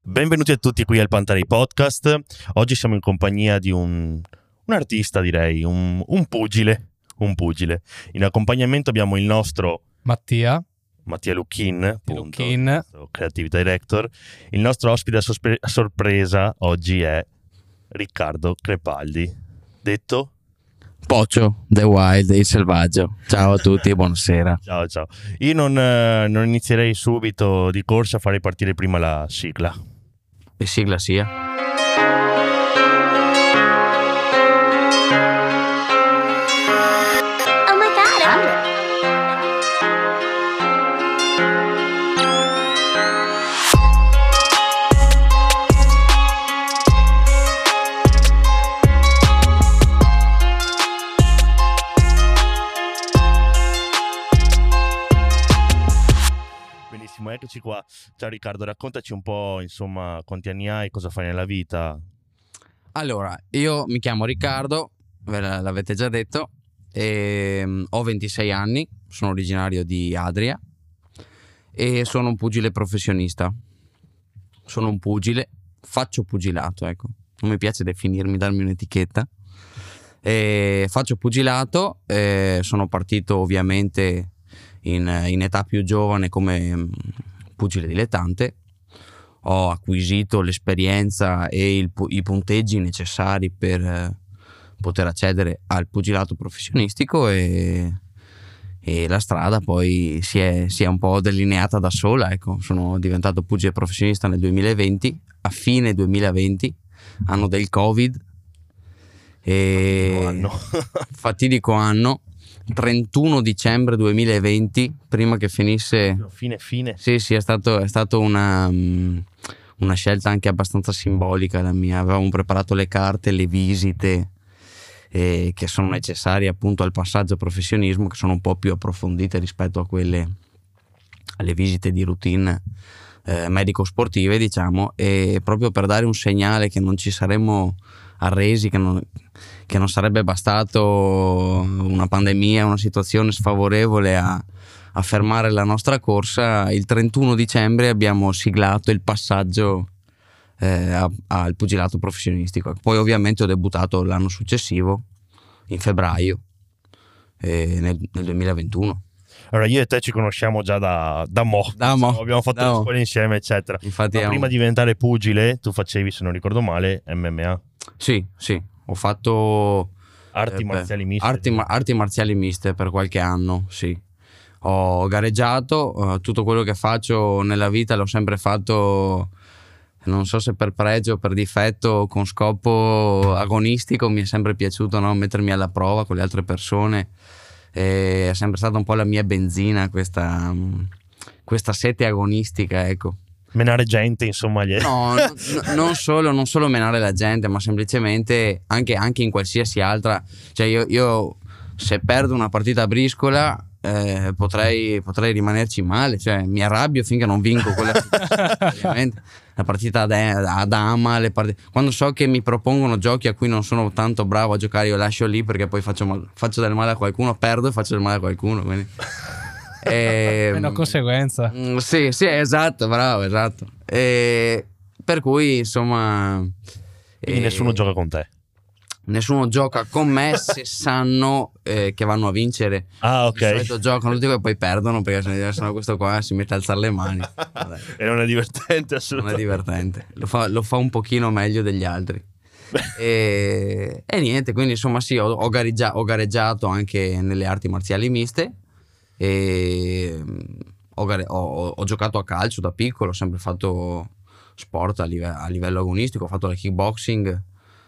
Benvenuti a tutti qui al Pantarei Podcast. Oggi siamo in compagnia di un artista, direi, un pugile. In accompagnamento abbiamo il nostro Mattia Lucchin, appunto, Lucchin. il nostro creative director. Il nostro ospite a sorpresa oggi è Riccardo Crepaldi, detto Pocio, The Wild, il selvaggio. Ciao a tutti e buonasera. Ciao. Io non inizierei subito di corsa, farei partire prima la sigla. E sigla sia. Oh my god! Benissimo, eccoci qua. Ciao Riccardo, raccontaci un po', insomma, quanti anni hai, cosa fai nella vita. Allora, io mi chiamo Riccardo, l'avete già detto, e ho 26 anni, sono originario di Adria e sono un pugile professionista. Sono un pugile, faccio pugilato, ecco. Non mi piace darmi un'etichetta. Faccio pugilato, sono partito ovviamente in età più giovane come pugile dilettante. Ho acquisito l'esperienza e i punteggi necessari per poter accedere al pugilato professionistico e la strada poi si è un po' delineata da sola, ecco. Sono diventato pugile professionista nel 2020, a fine 2020, anno del Covid, fatidico anno 31 dicembre 2020, prima che finisse. Fine. Sì, è stato una scelta anche abbastanza simbolica la mia. Avevamo preparato le carte, le visite che sono necessarie appunto al passaggio a professionismo, che sono un po' più approfondite rispetto a alle visite di routine medico-sportive, diciamo, e proprio per dare un segnale che non ci saremmo arresi, che non sarebbe bastato una pandemia, una situazione sfavorevole a fermare la nostra corsa. Il 31 dicembre abbiamo siglato il passaggio al pugilato professionistico. Poi ovviamente ho debuttato l'anno successivo, in febbraio, nel 2021. Allora, io e te ci conosciamo già da mo'. Abbiamo fatto le scuole insieme, eccetera. Infatti prima di diventare pugile, tu facevi, se non ricordo male, MMA. Sì, ho fatto arti marziali miste. Arti marziali miste per qualche anno, sì. Ho gareggiato, tutto quello che faccio nella vita l'ho sempre fatto, non so se per pregio o per difetto, con scopo agonistico. Mi è sempre piaciuto, no, mettermi alla prova con le altre persone. È sempre stata un po' la mia benzina questa sete agonistica, ecco. Menare gente, insomma. No, non solo menare la gente, ma semplicemente anche in qualsiasi altra. Cioè io se perdo una partita a briscola potrei rimanerci male, cioè mi arrabbio finché non vinco quella ovviamente. La partita a dama, quando so che mi propongono giochi a cui non sono tanto bravo a giocare, io lascio lì, perché poi faccio del male a qualcuno, perdo e faccio del male a qualcuno, quindi è una conseguenza. Sì, esatto, bravo, esatto. Per cui insomma, quindi nessuno gioca con te? Nessuno gioca con me se sanno che vanno a vincere. Ah, ok. Di solito giocano tutti e poi perdono, perché sennò questo qua si mette a alzare le mani. E non è divertente, assolutamente. Non è divertente, lo fa un pochino meglio degli altri. E niente, quindi insomma sì, ho gareggiato anche nelle arti marziali miste e ho giocato a calcio da piccolo, ho sempre fatto sport a livello agonistico, ho fatto la kickboxing.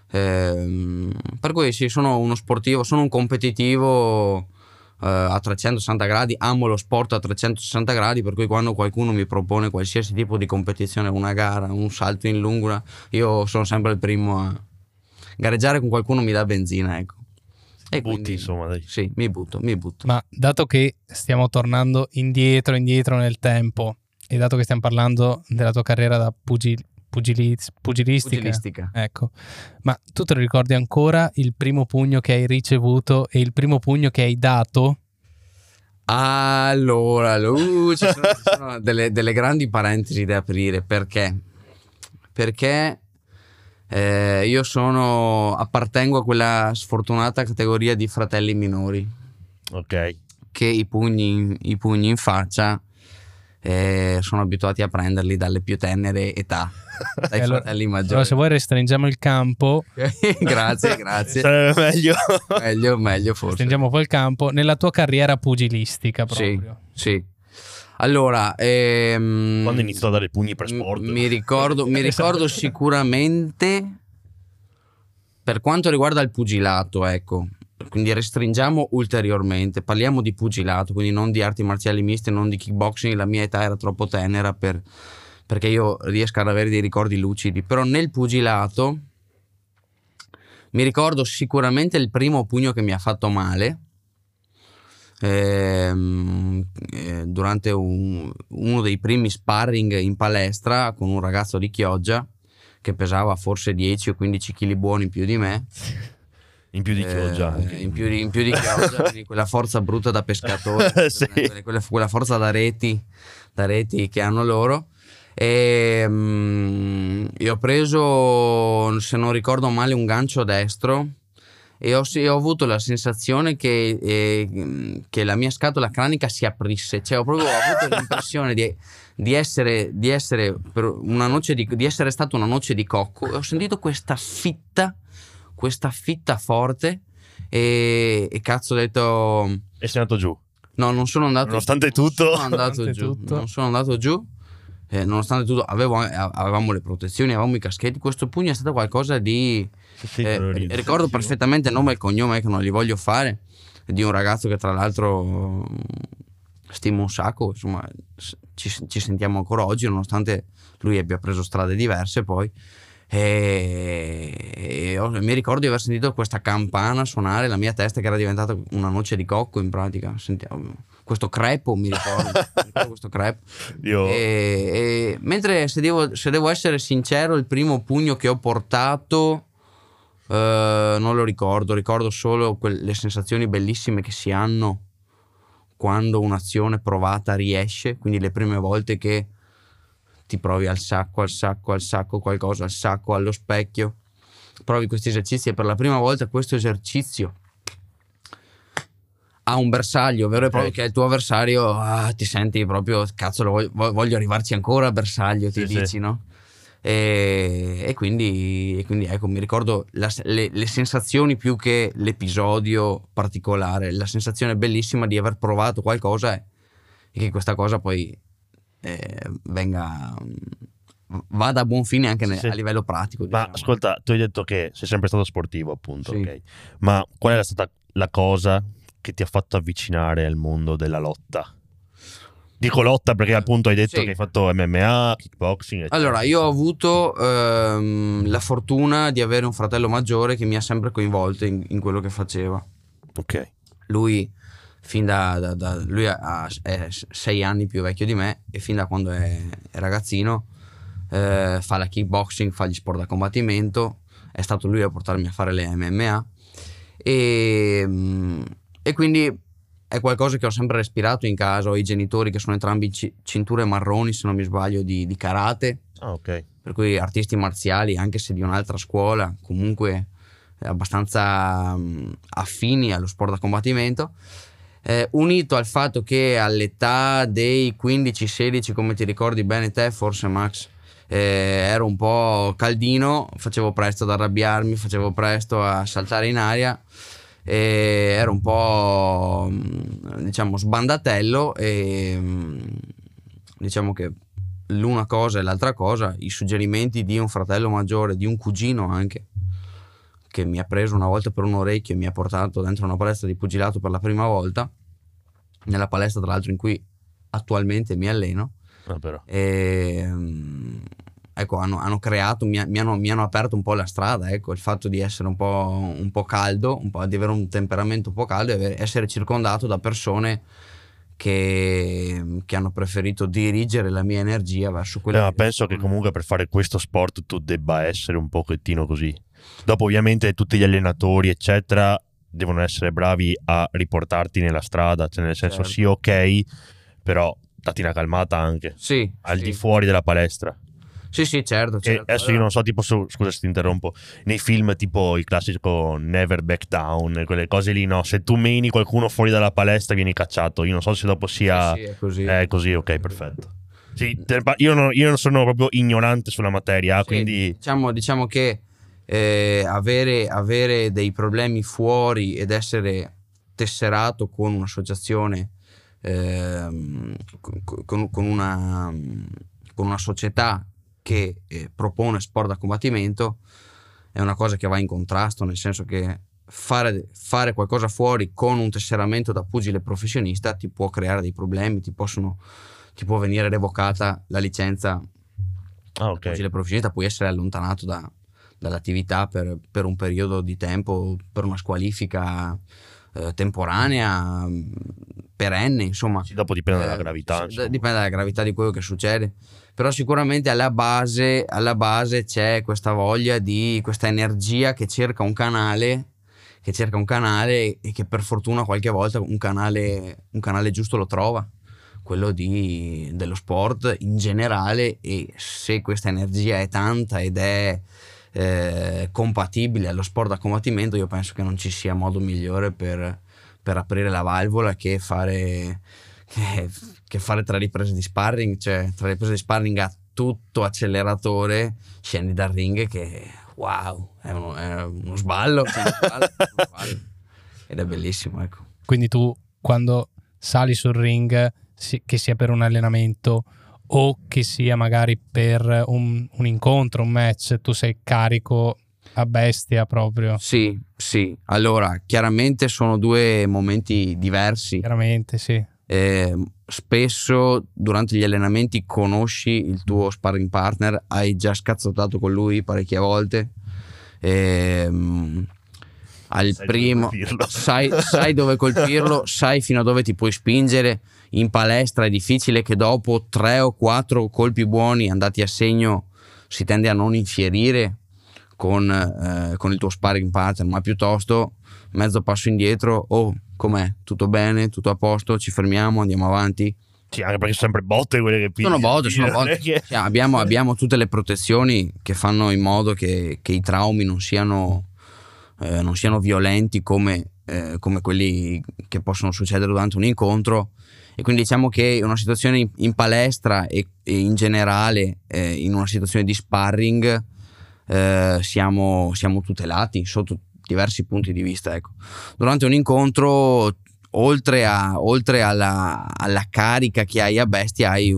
Per cui sì, sono uno sportivo, sono un competitivo a 360 gradi, amo lo sport a 360 gradi, per cui quando qualcuno mi propone qualsiasi tipo di competizione, una gara, un salto in lunga, io sono sempre il primo a gareggiare con qualcuno, mi dà benzina, ecco. E butti, quindi, insomma, dai. Sì, mi butto. Ma dato che stiamo tornando indietro nel tempo, e dato che stiamo parlando della tua carriera da pugilistica. Ecco, ma tu te lo ricordi ancora il primo pugno che hai ricevuto e il primo pugno che hai dato? Allora, ci sono delle grandi parentesi da aprire, perché perché io appartengo a quella sfortunata categoria di fratelli minori. Ok. Che i pugni in faccia sono abituati a prenderli dalle più tenere età, dai fratelli maggiori. Allora, se vuoi restringiamo il campo. Grazie. Sarebbe meglio forse. Restringiamo un po' il campo. Nella tua carriera pugilistica proprio. Sì. Allora, quando iniziò a dare pugni per sport? Mi ricordo sicuramente, per quanto riguarda il pugilato, ecco. Quindi restringiamo ulteriormente, parliamo di pugilato, quindi non di arti marziali miste, non di kickboxing. La mia età era troppo tenera perché io riesco ad avere dei ricordi lucidi, però nel pugilato mi ricordo sicuramente il primo pugno che mi ha fatto male durante uno dei primi sparring in palestra con un ragazzo di Chioggia che pesava forse 10 o 15 kg buoni più di me. In più di Chioggia, in più di Chioggia, quindi quella forza brutta da pescatore, sì. quella forza da reti che hanno loro. E io ho preso, se non ricordo male, un gancio destro e ho avuto la sensazione che la mia scatola cranica si aprisse, cioè ho proprio avuto l'impressione di essere per una noce di essere stato una noce di cocco, e ho sentito questa fitta forte e cazzo, ho detto... E sei andato giù? No, non sono andato. Nonostante tutto? Non sono andato giù. Nonostante tutto avevamo le protezioni, avevamo i caschetti. Questo pugno è stato qualcosa di... ricordo perfettamente il nome e il cognome, che non li voglio fare, di un ragazzo che tra l'altro stimo un sacco, insomma ci sentiamo ancora oggi, nonostante lui abbia preso strade diverse poi. E mi ricordo di aver sentito questa campana suonare, la mia testa che era diventata una noce di cocco in pratica. Sentiamo questo crepo, mi ricordo questo crepo. Mentre se devo essere sincero, il primo pugno che ho portato non lo ricordo solo le sensazioni bellissime che si hanno quando un'azione provata riesce, quindi le prime volte che ti provi al sacco, qualcosa, al sacco, allo specchio, provi questi esercizi e per la prima volta questo esercizio ha un bersaglio vero e proprio, che è il tuo avversario, ti senti proprio, cazzo, voglio arrivarci ancora a bersaglio, ti dici, sì. No? E quindi ecco, mi ricordo le sensazioni più che l'episodio particolare, la sensazione bellissima di aver provato qualcosa e che questa cosa poi vada a buon fine anche a livello pratico. Ma diciamo. Ascolta, tu hai detto che sei sempre stato sportivo, appunto, sì. Okay. Ma qual è stata la cosa che ti ha fatto avvicinare al mondo della lotta? Dico lotta perché appunto hai detto che hai fatto MMA, kickboxing, eccetera. Allora, io ho avuto la fortuna di avere un fratello maggiore che mi ha sempre coinvolto in quello che faceva. Ok. Lui lui è 6 anni più vecchio di me e fin da quando è ragazzino fa la kickboxing, fa gli sport da combattimento. È stato lui a portarmi a fare le MMA e quindi è qualcosa che ho sempre respirato in casa. Ho i genitori che sono entrambi cinture marroni, se non mi sbaglio, di karate. Ok. Per cui artisti marziali, anche se di un'altra scuola, comunque abbastanza affini allo sport da combattimento. Unito al fatto che all'età dei 15-16, come ti ricordi bene te forse Max, ero un po' caldino, facevo presto ad arrabbiarmi, facevo presto a saltare in aria, ero un po' diciamo sbandatello e diciamo che l'una cosa e l'altra cosa, i suggerimenti di un fratello maggiore, di un cugino anche, che mi ha preso una volta per un orecchio e mi ha portato dentro una palestra di pugilato per la prima volta, nella palestra tra l'altro in cui attualmente mi alleno. Però. Ecco, hanno creato, mi hanno aperto un po' la strada, ecco, il fatto di essere un po' caldo, di avere un temperamento un po' caldo e essere circondato da persone che hanno preferito dirigere la mia energia verso quella. Ma penso che comunque per fare questo sport tu debba essere un pochettino così. Dopo ovviamente tutti gli allenatori eccetera devono essere bravi a riportarti nella strada, cioè nel senso certo. Sì, ok, però dati una calmata anche sì, al di fuori della palestra. Sì, certo. Adesso io non so, tipo, scusa se ti interrompo, nei film tipo il classico Never Back Down, quelle cose lì, no? Se tu meni qualcuno fuori dalla palestra vieni cacciato. Io non so se dopo sia... Sì, è così. È così, ok, perfetto. Sì, io non sono proprio ignorante sulla materia, Sì, quindi... Diciamo che avere dei problemi fuori ed essere tesserato con un'associazione, con una società che propone sport da combattimento è una cosa che va in contrasto, nel senso che fare qualcosa fuori con un tesseramento da pugile professionista ti può creare dei problemi, ti può venire revocata la licenza Ah, ok. pugile professionista, puoi essere allontanato dall'attività per un periodo di tempo, per una squalifica temporanea, perenne, insomma. Sì, dopo dipende dalla gravità. Dipende dalla gravità di quello che succede. Però sicuramente alla base c'è questa voglia questa energia che cerca un canale e che per fortuna qualche volta un canale giusto lo trova, quello dello sport in generale, e se questa energia è tanta ed è compatibile allo sport da combattimento, io penso che non ci sia modo migliore per aprire la valvola che fare 3 riprese di sparring. Cioè 3 riprese di sparring a tutto acceleratore, scendi dal ring che wow, è uno sballo, ed è bellissimo, ecco. Quindi tu, quando sali sul ring, che sia per un allenamento o che sia magari per un incontro, un match, tu sei carico a bestia proprio? Sì. Allora, chiaramente sono 2 momenti diversi. Chiaramente, sì. Spesso durante gli allenamenti conosci il tuo sparring partner, hai già scazzottato con lui parecchie volte, al primo sai dove colpirlo, sai fino a dove ti puoi spingere. In palestra è difficile che dopo 3 o 4 colpi buoni andati a segno si tende a non infierire con il tuo sparring partner, ma piuttosto mezzo passo indietro. Com'è? Tutto bene? Tutto a posto? Ci fermiamo? Andiamo avanti? Sì, anche perché sono sempre botte quelle che sono botte. Sì, abbiamo tutte le protezioni che fanno in modo che i traumi non siano violenti come quelli che possono succedere durante un incontro. E quindi diciamo che una situazione in palestra e in generale in una situazione di sparring siamo tutelati sotto diversi punti di vista, ecco. Durante un incontro, oltre alla carica che hai a bestia, hai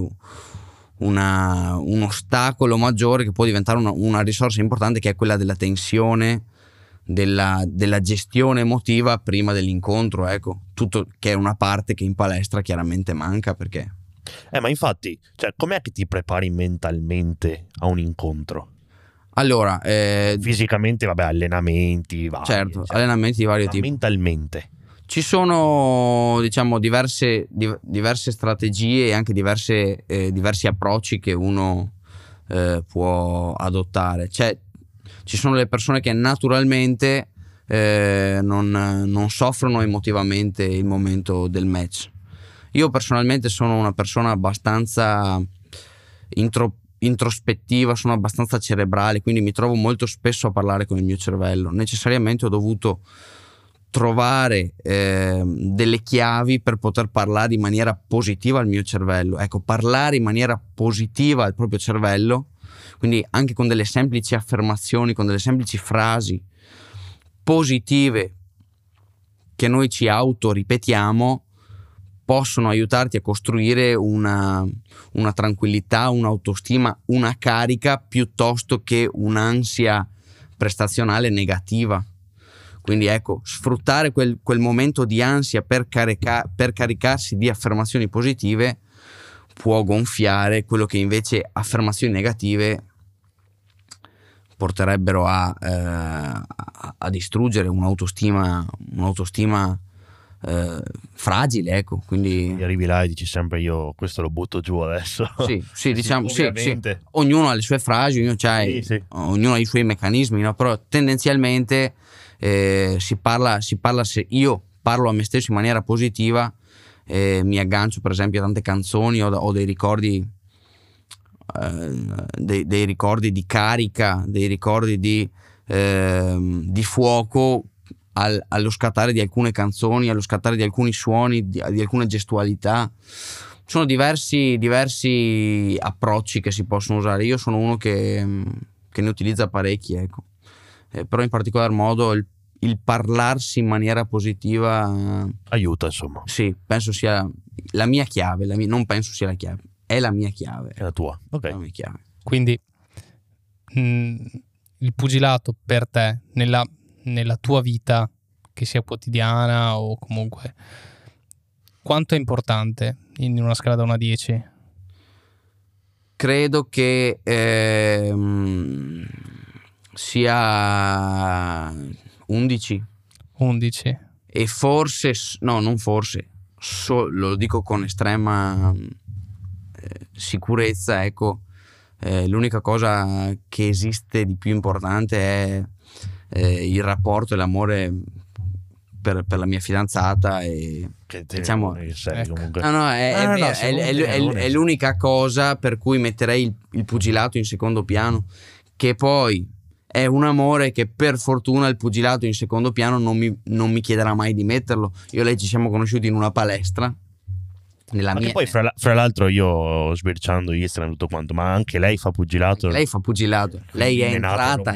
un ostacolo maggiore che può diventare una risorsa importante, che è quella della tensione, della gestione emotiva prima dell'incontro, ecco. Tutto, che è una parte che in palestra chiaramente manca, perché ma infatti, cioè, com'è che ti prepari mentalmente a un incontro? Allora, fisicamente, vabbè, allenamenti vari, certo, allenamenti di vario tipo. Mentalmente ci sono, diciamo, diverse strategie e anche diversi approcci che uno può adottare. Ci sono le persone che naturalmente non soffrono emotivamente il momento del match. Io personalmente sono una persona abbastanza introspettiva, sono abbastanza cerebrale, quindi mi trovo molto spesso a parlare con il mio cervello. Necessariamente ho dovuto trovare delle chiavi per poter parlare in maniera positiva al mio cervello. Ecco, parlare in maniera positiva al proprio cervello, quindi anche con delle semplici affermazioni, con delle semplici frasi positive che noi ci autoripetiamo, possono aiutarti a costruire una tranquillità, un'autostima, una carica, piuttosto che un'ansia prestazionale negativa. Quindi ecco, sfruttare quel momento di ansia per caricarsi di affermazioni positive può gonfiare quello che invece affermazioni negative porterebbero a distruggere un'autostima fragile, ecco. Quindi arrivi là e dici sempre: io questo lo butto giù adesso. Sì, diciamo, sì. Ognuno ha le sue frasi, ognuno ha i suoi meccanismi, no? Però tendenzialmente si parla, se io parlo a me stesso in maniera positiva, mi aggancio per esempio a tante canzoni o dei ricordi dei ricordi di carica, dei ricordi di fuoco allo scattare di alcune canzoni, allo scattare di alcuni suoni, di alcune gestualità. Sono diversi approcci che si possono usare. Io sono uno che ne utilizza parecchi, ecco. Però in particolar modo il parlarsi in maniera positiva aiuta, insomma. Sì, penso sia la mia chiave. Non penso sia la chiave, è la mia chiave. È la tua, ok. È la mia chiave. Quindi il pugilato per te nella tua vita, che sia quotidiana o comunque, quanto è importante in una scala da 1 a 10? Credo che sia 11. 11. E forse, no, non forse, lo dico con estrema sicurezza, ecco, l'unica cosa che esiste di più importante è il rapporto e l'amore per la mia fidanzata, e Che diciamo, comunque. è l'unica cosa per cui metterei il pugilato in secondo piano, che poi è un amore che per fortuna il pugilato in secondo piano non mi chiederà mai di metterlo. Io e lei ci siamo conosciuti in una palestra. Poi fra l'altro, io sbirciando Instagram tutto quanto, ma anche lei fa pugilato. Lei fa pugilato. Lei è entrata.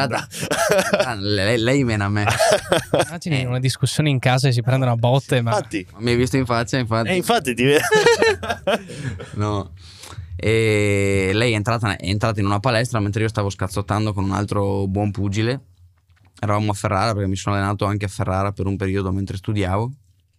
Lei mena a me. Immagini una discussione in casa e si prendono a botte, ma Infatti. Mi hai visto in faccia, infatti. Infatti No. E lei è entrata in una palestra mentre io stavo scazzottando con un altro buon pugile. Eravamo a Ferrara, perché mi sono allenato anche a Ferrara per un periodo mentre studiavo.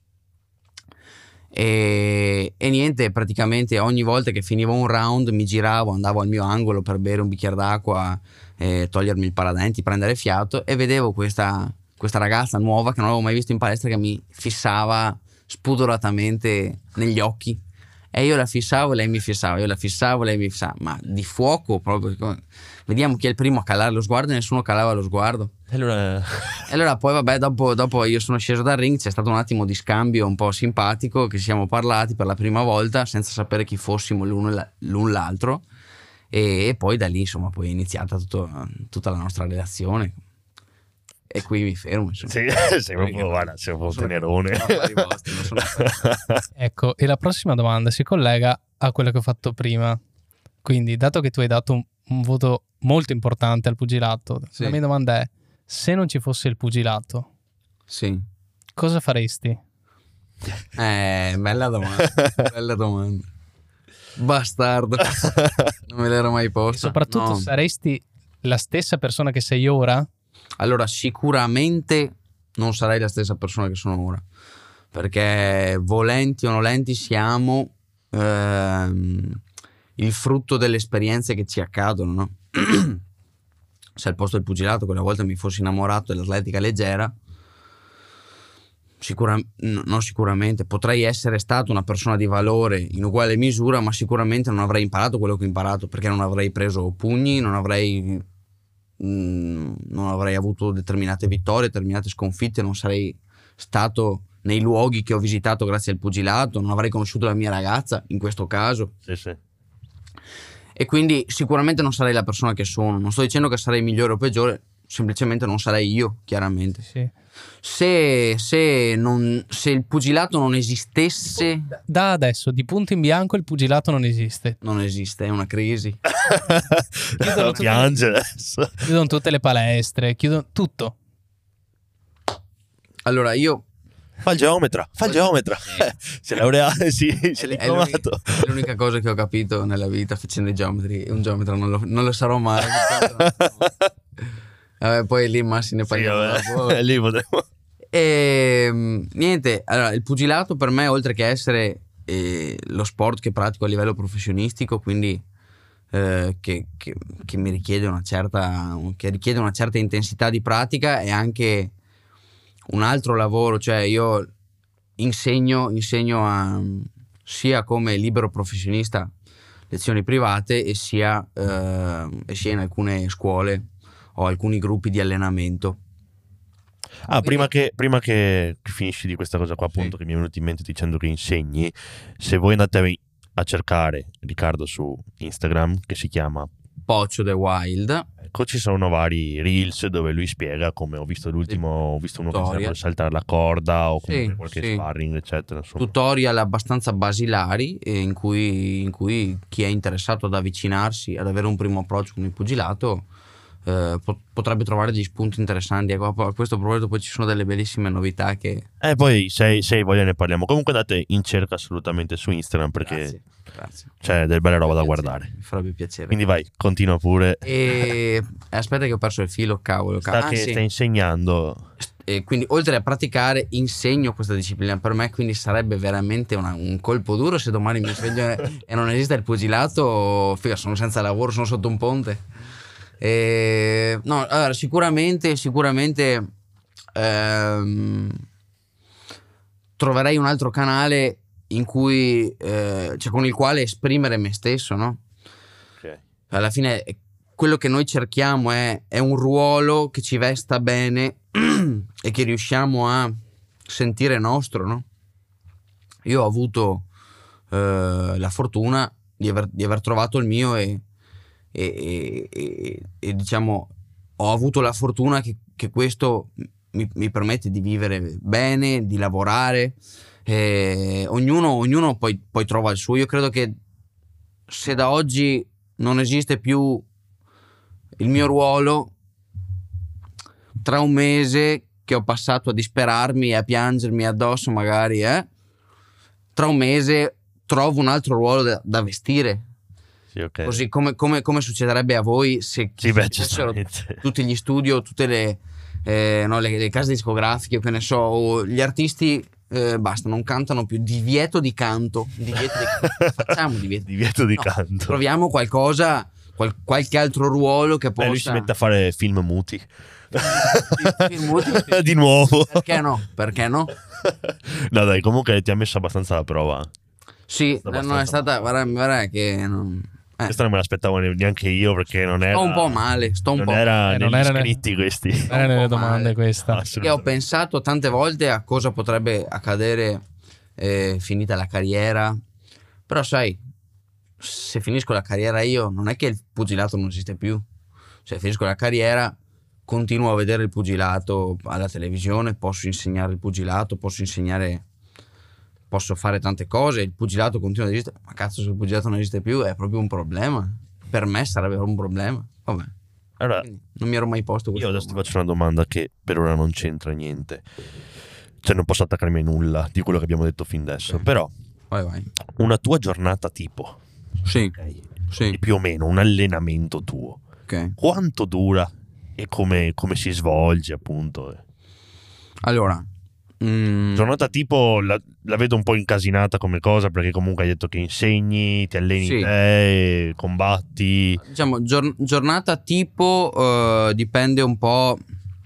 E niente, praticamente ogni volta che finivo un round mi giravo, andavo al mio angolo per bere un bicchiere d'acqua, togliermi il paradenti, prendere fiato, e vedevo questa ragazza nuova che non avevo mai visto in palestra, che mi fissava spudoratamente negli occhi, e io la fissavo e lei mi fissava, io la fissavo e lei mi fissava, ma di fuoco proprio. Vediamo chi è il primo a calare lo sguardo, e nessuno calava lo sguardo. E allora poi vabbè, dopo io sono sceso dal ring, c'è stato un attimo di scambio un po' simpatico, che ci siamo parlati per la prima volta senza sapere chi fossimo l'un l'altro, e poi da lì insomma poi è iniziata tutta la nostra relazione, e qui mi fermo, insomma. Sì, sei proprio tenerone. Ecco, e la prossima domanda si collega a quella che ho fatto prima. Quindi, dato che tu hai dato un voto molto importante al pugilato, sì, la mia domanda è: se non ci fosse il pugilato, sì, cosa faresti? Bella domanda. Bastardo. Non me l'ero mai posta. E soprattutto, no, saresti la stessa persona che sei ora? Allora, sicuramente non sarei la stessa persona che sono ora, perché volenti o nolenti siamo il frutto delle esperienze che ci accadono, no? Se al posto del pugilato quella volta mi fossi innamorato dell'atletica leggera, non sicuramente potrei essere stato una persona di valore in uguale misura, ma sicuramente non avrei imparato quello che ho imparato, perché non avrei preso pugni, non avrei avuto determinate vittorie, determinate sconfitte, non sarei stato nei luoghi che ho visitato grazie al pugilato, non avrei conosciuto la mia ragazza in questo caso. Sì. E quindi sicuramente non sarei la persona che sono. Non sto dicendo che sarei migliore o peggiore, semplicemente non sarei io, chiaramente. Sì. Se il pugilato non esistesse, da adesso di punto in bianco il pugilato non esiste. Non esiste, è una crisi. Piange adesso. Chiudono tutte le palestre, chiudono tutto. Allora io Fa il geometra. Si è laureato, si è diplomato. È l'unica cosa che ho capito nella vita facendo i geometri. Un geometra non lo sarò mai. Poi lì Massi ne parliamo. Lì potremo. E niente, allora il pugilato per me, oltre che essere lo sport che pratico a livello professionistico, quindi che mi richiede una certa intensità di pratica, è anche un altro lavoro. Cioè io insegno sia come libero professionista lezioni private, e sia in alcune scuole o alcuni gruppi di allenamento. Prima che finisci di questa cosa qua, appunto, che mi è venuto in mente dicendo che insegni, se voi andate a cercare Riccardo su Instagram, che si chiama Pocho The Wild. Ecco, ci sono vari reels dove lui spiega, come ho visto l'ultimo, ho visto uno che Tutorial. serve saltare la corda o comunque Sì, qualche sì. sparring, eccetera. Insomma. Tutorial abbastanza basilari in cui chi è interessato ad avvicinarsi, ad avere un primo approccio con il pugilato, potrebbe trovare degli spunti interessanti. Ecco, a questo proposito poi ci sono delle bellissime novità che... Poi se hai voglia ne parliamo. Comunque andate in cerca assolutamente su Instagram perché Grazie. c'è delle belle roba da Piacere, guardare. mi farebbe piacere. Quindi vai, continua pure. E aspetta che ho perso il filo, cavolo. Sta insegnando. E quindi oltre a praticare insegno questa disciplina. Per me quindi sarebbe veramente un colpo duro se domani mi sveglio e non esiste il pugilato. Figa, sono senza lavoro, sono sotto un ponte. No, allora sicuramente troverei un altro canale in cui cioè con il quale esprimere me stesso, no? Okay. Alla fine quello che noi cerchiamo è un ruolo che ci vesta bene e che riusciamo a sentire nostro, no? Io ho avuto la fortuna di aver trovato il mio e diciamo ho avuto la fortuna che questo mi permette di vivere bene, di lavorare. Ognuno poi trova il suo. Io credo che se da oggi non esiste più il mio ruolo, tra un mese che ho passato a disperarmi e a piangermi addosso magari, tra un mese trovo un altro ruolo da vestire. Sì, okay. Così come succederebbe a voi se fossero tutti gli studio, tutte le case discografiche, che ne so, o gli artisti basta, non cantano più, divieto di canto, facciamo divieto di canto, troviamo qualcosa, qualche altro ruolo che possa... lui si mette a fare film muti. Film muti di nuovo, perché no? No dai, comunque ti ha messo abbastanza alla prova. Sì, non è stata, guarda che non... Questo non me l'aspettavo neanche io, perché non era... Sto un po' male, non era negli iscritti questi. Non era nelle domande questa. Io ho pensato tante volte a cosa potrebbe accadere finita la carriera, però sai, se finisco la carriera io, non è che il pugilato non esiste più. Se finisco la carriera, continuo a vedere il pugilato alla televisione, posso insegnare il pugilato, posso fare tante cose, il pugilato continua ad esistere. Ma cazzo, se il pugilato non esiste più è proprio un problema. Per me sarebbe un problema. Vabbè. Allora, non mi ero mai posto questo. Io adesso ti faccio una domanda che per ora non c'entra niente. Cioè non posso attaccarmi a nulla di quello che abbiamo detto fin adesso. Okay. Però vai. Una tua giornata tipo. Sì. Okay. Sì. Più o meno un allenamento tuo. Okay. Quanto dura e come si svolge, appunto? Allora, giornata tipo la vedo un po' incasinata come cosa, perché comunque hai detto che insegni, ti alleni te, combatti. Diciamo giornata tipo dipende un po'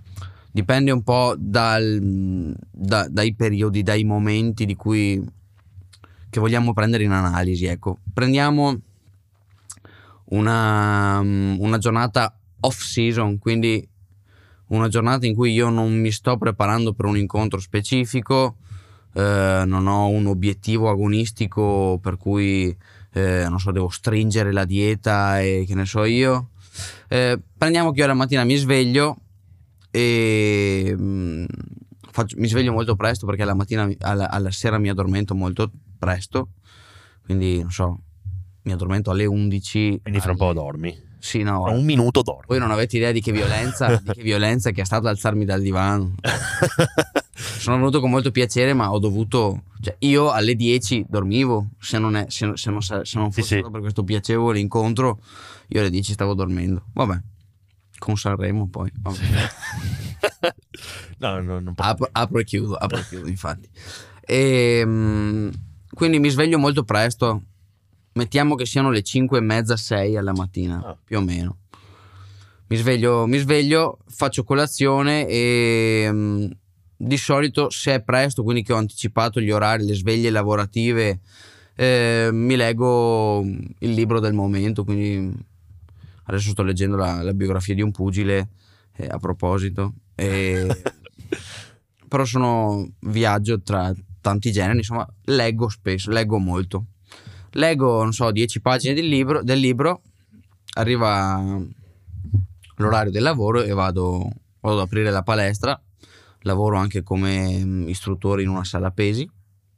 dai periodi, dai momenti che vogliamo prendere in analisi. Ecco, prendiamo una giornata off season, quindi una giornata in cui io non mi sto preparando per un incontro specifico, non ho un obiettivo agonistico per cui non so, devo stringere la dieta e che ne so io. Prendiamo che io la mattina mi sveglio e mi sveglio molto presto, perché la mattina alla sera mi addormento molto presto, quindi non so, mi addormento alle 11. Quindi fra un po' dormi. Sì, no. Fra un minuto dormi. Voi non avete idea di che violenza che è stato alzarmi dal divano. Sono venuto con molto piacere, ma ho dovuto, cioè io alle 10 dormivo, se non fosse solo per questo piacevole incontro, io alle 10 stavo dormendo. Vabbè, con Sanremo poi. No, non posso. Apro e chiudo, infatti. Quindi mi sveglio molto presto. Mettiamo che siano le 5:30, 6 alla mattina, più o meno. Mi sveglio, faccio colazione e di solito, se è presto, quindi che ho anticipato gli orari, le sveglie lavorative, mi leggo il libro del momento. Quindi adesso sto leggendo la biografia di un pugile, a proposito. Però viaggio tra tanti generi, insomma, leggo spesso, leggo molto. leggo, non so, 10 pagine del libro, arriva l'orario del lavoro e vado ad aprire la palestra. Lavoro anche come istruttore in una sala pesi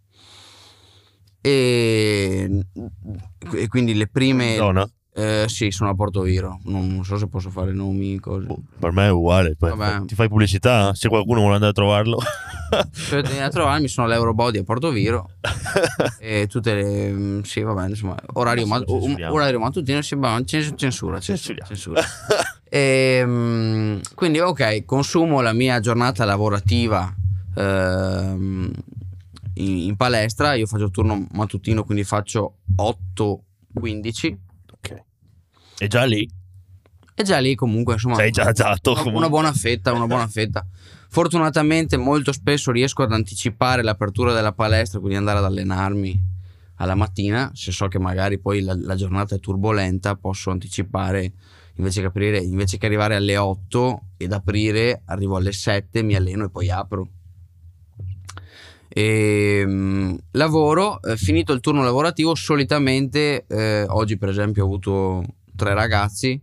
e quindi le prime Zona? sì, sono a Porto Viro, non so se posso fare nomi, cose. Per me è uguale. Vabbè. Ti fai pubblicità? Se qualcuno vuole andare a trovarlo. Se venire a trovarmi, sono all'Eurobody a Porto Viro e tutte le sì, va bene, insomma, orario mattutino, sì, censura. Quindi ok, consumo la mia giornata lavorativa in palestra. Io faccio il turno mattutino, quindi faccio 8-15. Ok. E già lì Comunque, insomma, sei già agiato, una buona fetta. Fortunatamente molto spesso riesco ad anticipare l'apertura della palestra, quindi andare ad allenarmi alla mattina. Se so che magari poi la giornata è turbolenta, posso anticipare, invece che arrivare alle 8 ed aprire, arrivo alle 7, mi alleno e poi apro. Lavoro, finito il turno lavorativo, solitamente oggi per esempio ho avuto 3 ragazzi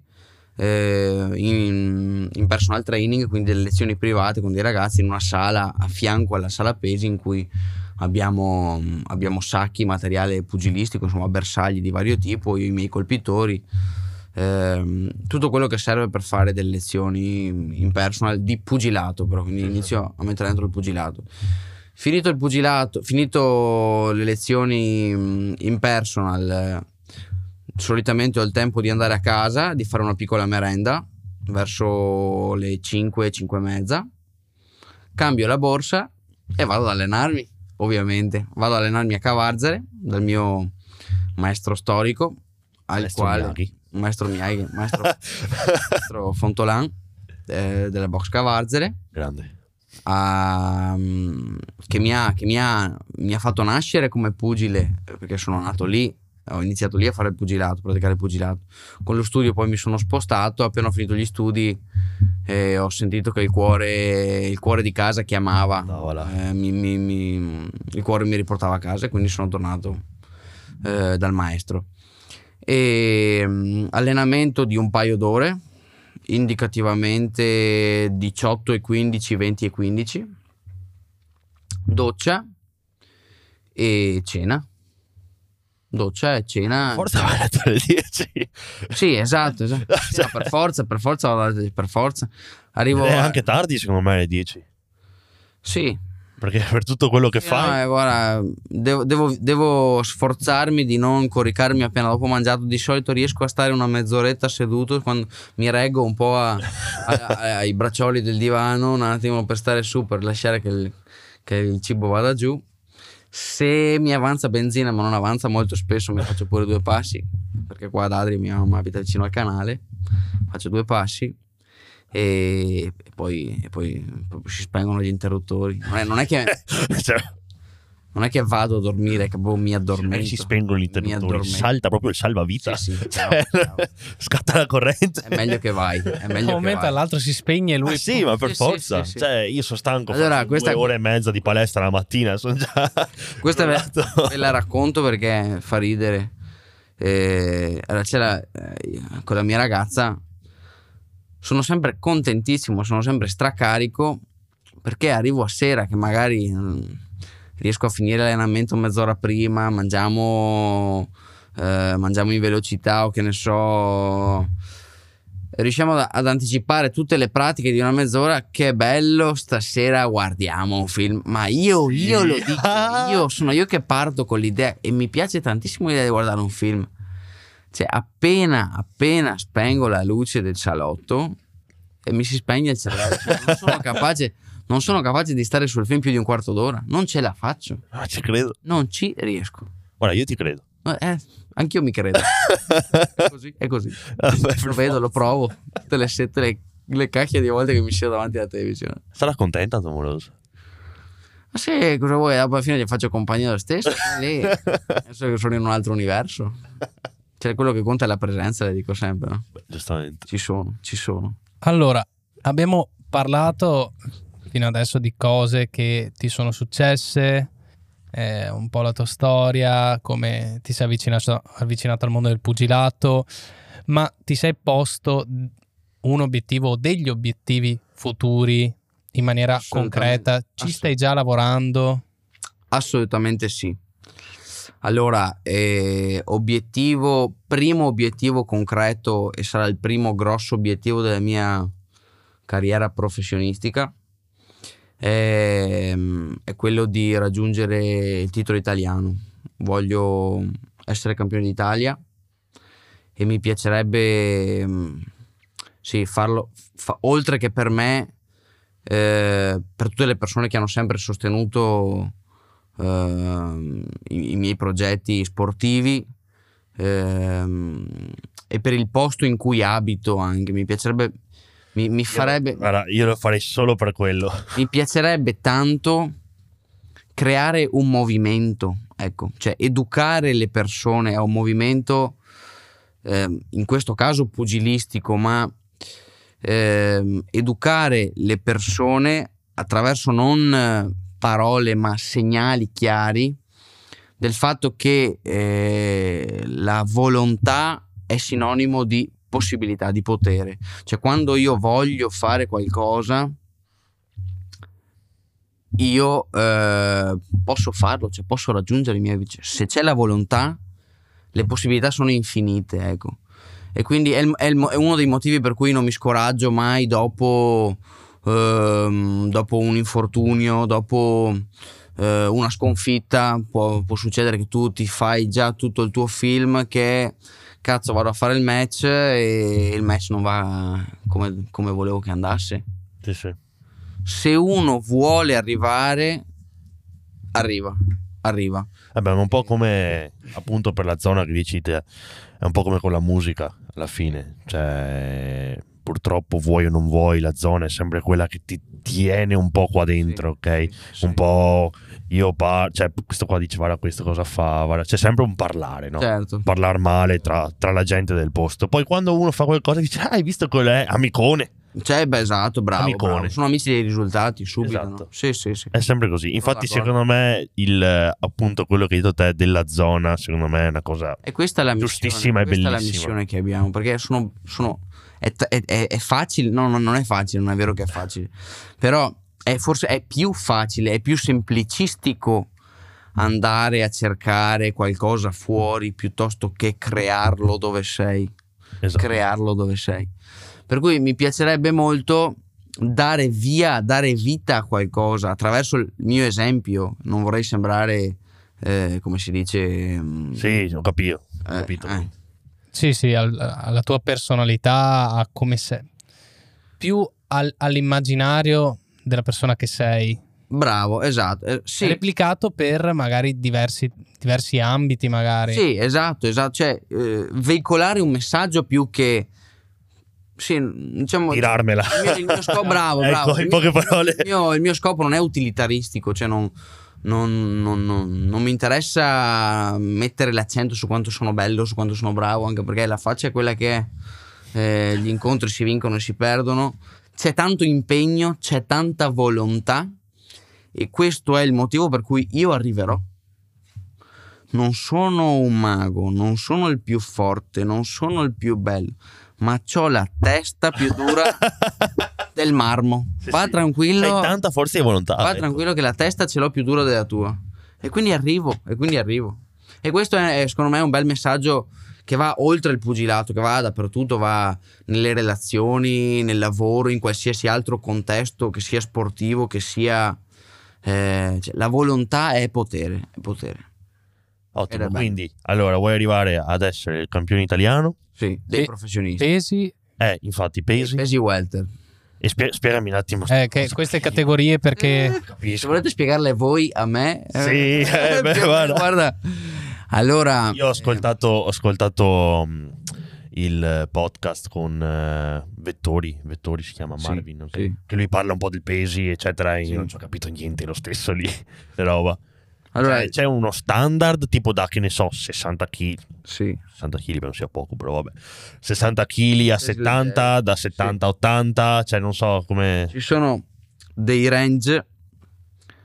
in personal training, quindi delle lezioni private con dei ragazzi in una sala a fianco alla sala pesi, in cui abbiamo sacchi, materiale pugilistico, insomma bersagli di vario tipo, io i miei colpitori, tutto quello che serve per fare delle lezioni in personal di pugilato, però quindi inizio a mettere dentro il pugilato. Finito il pugilato, finito le lezioni in personal, solitamente ho il tempo di andare a casa, di fare una piccola merenda verso le 5 e mezza, cambio la borsa e vado ad allenarmi. Ovviamente vado ad allenarmi a Cavarzere dal mio maestro storico, maestro Miyagi, maestro Fontolan della box Cavarzere, grande, che mi ha fatto nascere come pugile, perché sono nato lì. Ho iniziato lì a fare il pugilato, praticare il pugilato. Con lo studio poi mi sono spostato. Appena ho finito gli studi ho sentito che il cuore di casa chiamava. Il cuore mi riportava a casa e quindi sono tornato dal maestro. Allenamento di un paio d'ore, indicativamente 18 e 15, 20 e 15. Doccia e cena. Doccia e cena. Forza vai a letto alle 10. Sì, esatto. Sì, no, per forza arrivo anche tardi secondo me alle 10. Sì, perché per tutto quello che fai no, guarda, devo sforzarmi di non coricarmi appena dopo mangiato. Di solito riesco a stare una mezz'oretta seduto, quando mi reggo un po' ai braccioli del divano un attimo per stare su, per lasciare che il cibo vada giù. Se mi avanza benzina, ma non avanza molto spesso, mi faccio pure 2 passi, perché qua ad Adri mia mamma abita vicino al canale, faccio 2 passi e poi si spengono gli interruttori. Non è che non è che vado a dormire, che mi addormento. Si spengono gli interruttori, salta proprio il salvavita. Sì, scatta la corrente. È meglio che vai. Da un momento all'altro si spegne e lui. Sì, ma per forza. Sì. Cioè, io sono stanco. Allora, 2 ore e mezza di palestra la mattina. Sono già. Questa ve la racconto perché fa ridere. Allora, con la mia ragazza sono sempre contentissimo, sono sempre stracarico, perché arrivo a sera che magari riesco a finire l'allenamento mezz'ora prima, mangiamo in velocità o che ne so, riusciamo ad anticipare tutte le pratiche di una mezz'ora. Che bello, stasera guardiamo un film. Ma io lo dico, sono io che parto con l'idea, e mi piace tantissimo l'idea di guardare un film. Cioè appena spengo la luce del salotto e mi si spegne il cervello, cioè, non sono capace di stare sul film più di un quarto d'ora. Non ce la faccio. Ci credo. Non ci riesco. Guarda, io ti credo. Anch'io mi credo. È così. Lo vedo, lo provo. Tutte le cacchie di volte che mi siedo davanti alla televisione. Sarà contenta, amoroso? Ma sì, cosa vuoi? Alla fine gli faccio compagnia lo stesso. Lì, adesso che sono in un altro universo. Cioè, quello che conta è la presenza, le dico sempre, no? Beh, giustamente. Ci sono. Allora, abbiamo parlato fino adesso di cose che ti sono successe, un po' la tua storia, come ti sei avvicinato al mondo del pugilato, ma ti sei posto un obiettivo o degli obiettivi futuri in maniera concreta? Ci stai già lavorando? Assolutamente sì. Allora, primo obiettivo concreto, e sarà il primo grosso obiettivo della mia carriera professionistica, è quello di raggiungere il titolo italiano. Voglio essere campione d'Italia e mi piacerebbe farlo, oltre che per me, per tutte le persone che hanno sempre sostenuto i miei progetti sportivi, e per il posto in cui abito anche. Mi piacerebbe, mi farebbe, guarda, io lo farei solo per quello. mi piacerebbe tanto creare un movimento, ecco, cioè educare le persone a un movimento, in questo caso pugilistico, ma educare le persone attraverso non parole ma segnali chiari del fatto che la volontà è sinonimo di possibilità, di potere. Cioè, quando io voglio fare qualcosa, io posso farlo, cioè posso raggiungere i miei obiettivi. Se c'è la volontà, le possibilità sono infinite, ecco. E quindi è uno dei motivi per cui non mi scoraggio mai dopo un infortunio, dopo una sconfitta. Può succedere che tu ti fai già tutto il tuo film, che cazzo, vado a fare il match e il match non va come volevo che andasse. Sì. Se uno vuole arrivare, arriva. Vabbè, è un po' come appunto per la zona che dici te, è un po' come con la musica alla fine, cioè purtroppo vuoi o non vuoi, la zona è sempre quella che ti tiene un po' qua dentro, sì, ok? Sì. Un po' cioè questo qua dice guarda questo cosa fa, guarda. C'è sempre un parlare, no? Certo. Parlare male tra la gente del posto, poi quando uno fa qualcosa dice hai visto quello è amicone. Cioè, beh, esatto, bravo. Sono amici dei risultati subito, esatto. No? Sì. È sempre così. Infatti, secondo me, appunto quello che hai detto te della zona, secondo me è una cosa e questa è la giustissima e bellissima. Questa è la missione che abbiamo, perché è facile, no, non è facile, non è vero che è facile, però forse è più facile, è più semplicistico andare a cercare qualcosa fuori piuttosto che crearlo dove sei. Esatto. Crearlo dove sei. Per cui mi piacerebbe molto dare vita a qualcosa attraverso il mio esempio. Non vorrei sembrare, come si dice... Sì, ho capito. Sì, alla tua personalità, a come sei, più all'immaginario della persona che sei. Bravo, esatto. Sì. Replicato per magari diversi ambiti, magari. Sì, esatto. Cioè, veicolare un messaggio più che... Sì, diciamo, tirarmela. Il mio scopo, bravo. Ecco, in poche parole. Il mio scopo non è utilitaristico, cioè non mi interessa mettere l'accento su quanto sono bello, su quanto sono bravo, anche perché la faccia è quella che è. Gli incontri si vincono e si perdono. C'è tanto impegno, c'è tanta volontà, e questo è il motivo per cui io arriverò. Non sono un mago, non sono il più forte, non sono il più bello, ma c'ho la testa più dura del marmo. Va tranquillo. C'hai tanta forza di volontà. Va tranquillo che la testa ce l'ho più dura della tua. E quindi arrivo. E questo è, secondo me, un bel messaggio che va oltre il pugilato, che va dappertutto, va nelle relazioni, nel lavoro, in qualsiasi altro contesto, che sia sportivo, che sia... cioè, la volontà è potere. Ottimo, quindi allora vuoi arrivare ad essere il campione italiano? Sì, dei professionisti. Pesi? Infatti pesi welter. E spiegami un attimo che queste categorie, perché se volete spiegarle voi a me. Sì, guarda. Allora, io ho ascoltato il podcast con Vettori si chiama Marvin, okay? Sì. Che lui parla un po' del pesi eccetera, e io non ci ho capito niente lo stesso lì roba. Allora, c'è uno standard tipo da, che ne so, 60 kg. Sì. 60 kg non sia poco, però vabbè. 60 kg a 70, da 70 a 80, cioè non so come... Ci sono dei range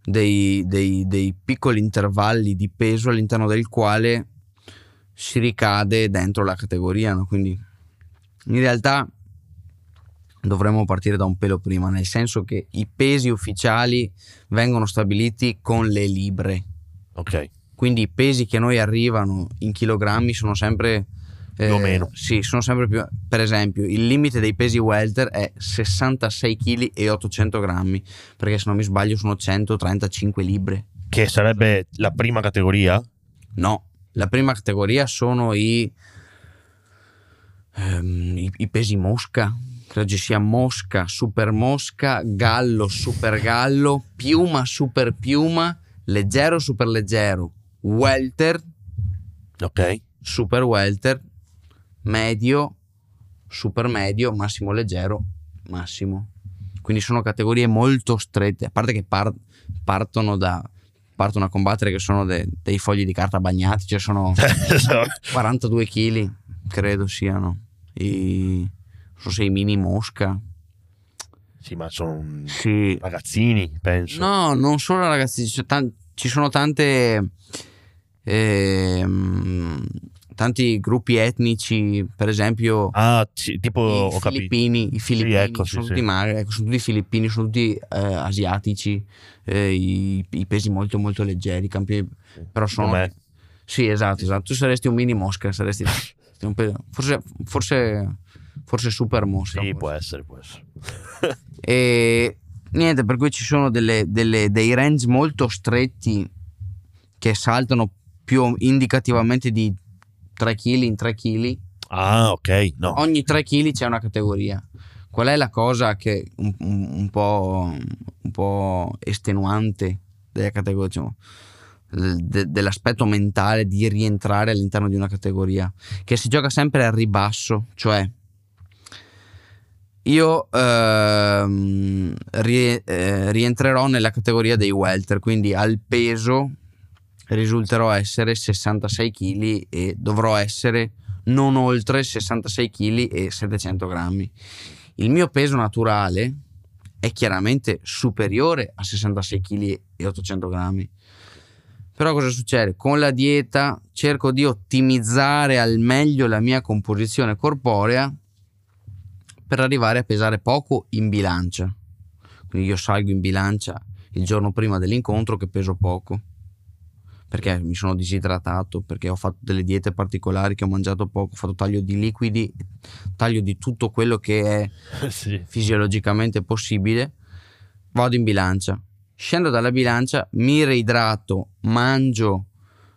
dei piccoli intervalli di peso all'interno del quale si ricade dentro la categoria, no? Quindi in realtà dovremmo partire da un pelo prima, nel senso che i pesi ufficiali vengono stabiliti con le libre. Ok. Quindi i pesi che noi arrivano in chilogrammi sono sempre più o meno. Sì, sono sempre più. Per esempio, il limite dei pesi welter è 66 kg e 800 grammi, perché se non mi sbaglio sono 135 libbre. Che sarebbe la prima categoria? No, la prima categoria sono i pesi mosca. Credo ci sia mosca, super mosca, gallo, super gallo, piuma, super piuma, leggero, super leggero, welter, ok, super welter, medio, super medio, massimo leggero, massimo. Quindi sono categorie molto strette, a parte che partono a combattere che sono dei fogli di carta bagnati, cioè sono 42 kg, credo siano i mini mosca. Sì, ma sono sì. Ragazzini, penso. No, non solo ragazzi, ci sono tanti gruppi etnici, per esempio tipo i filippini, sì, ecco, sono tutti magri, sono tutti filippini, sono tutti asiatici, i pesi molto molto leggeri, campioni, però sono sì, esatto, tu saresti un mini mosca, saresti un forse super mosca. Sì, forse. può essere. E niente, per cui ci sono dei range molto stretti che saltano più indicativamente di 3 kg in 3 kg. Ah, ok, no. Ogni 3 kg c'è una categoria. Qual è la cosa che un po' estenuante della categoria, diciamo, dell'aspetto mentale di rientrare all'interno di una categoria? Che si gioca sempre al ribasso, cioè io rientrerò nella categoria dei welter, quindi al peso risulterò essere 66 kg e dovrò essere non oltre 66 kg e 700 grammi. Il mio peso naturale è chiaramente superiore a 66 kg e 800 grammi. Però cosa succede? Con la dieta cerco di ottimizzare al meglio la mia composizione corporea per arrivare a pesare poco in bilancia. Quindi io salgo in bilancia il giorno prima dell'incontro che peso poco, perché mi sono disidratato, perché ho fatto delle diete particolari, che ho mangiato poco, ho fatto taglio di liquidi, taglio di tutto quello che è sì, fisiologicamente possibile. Vado in bilancia, scendo dalla bilancia, mi reidrato, mangio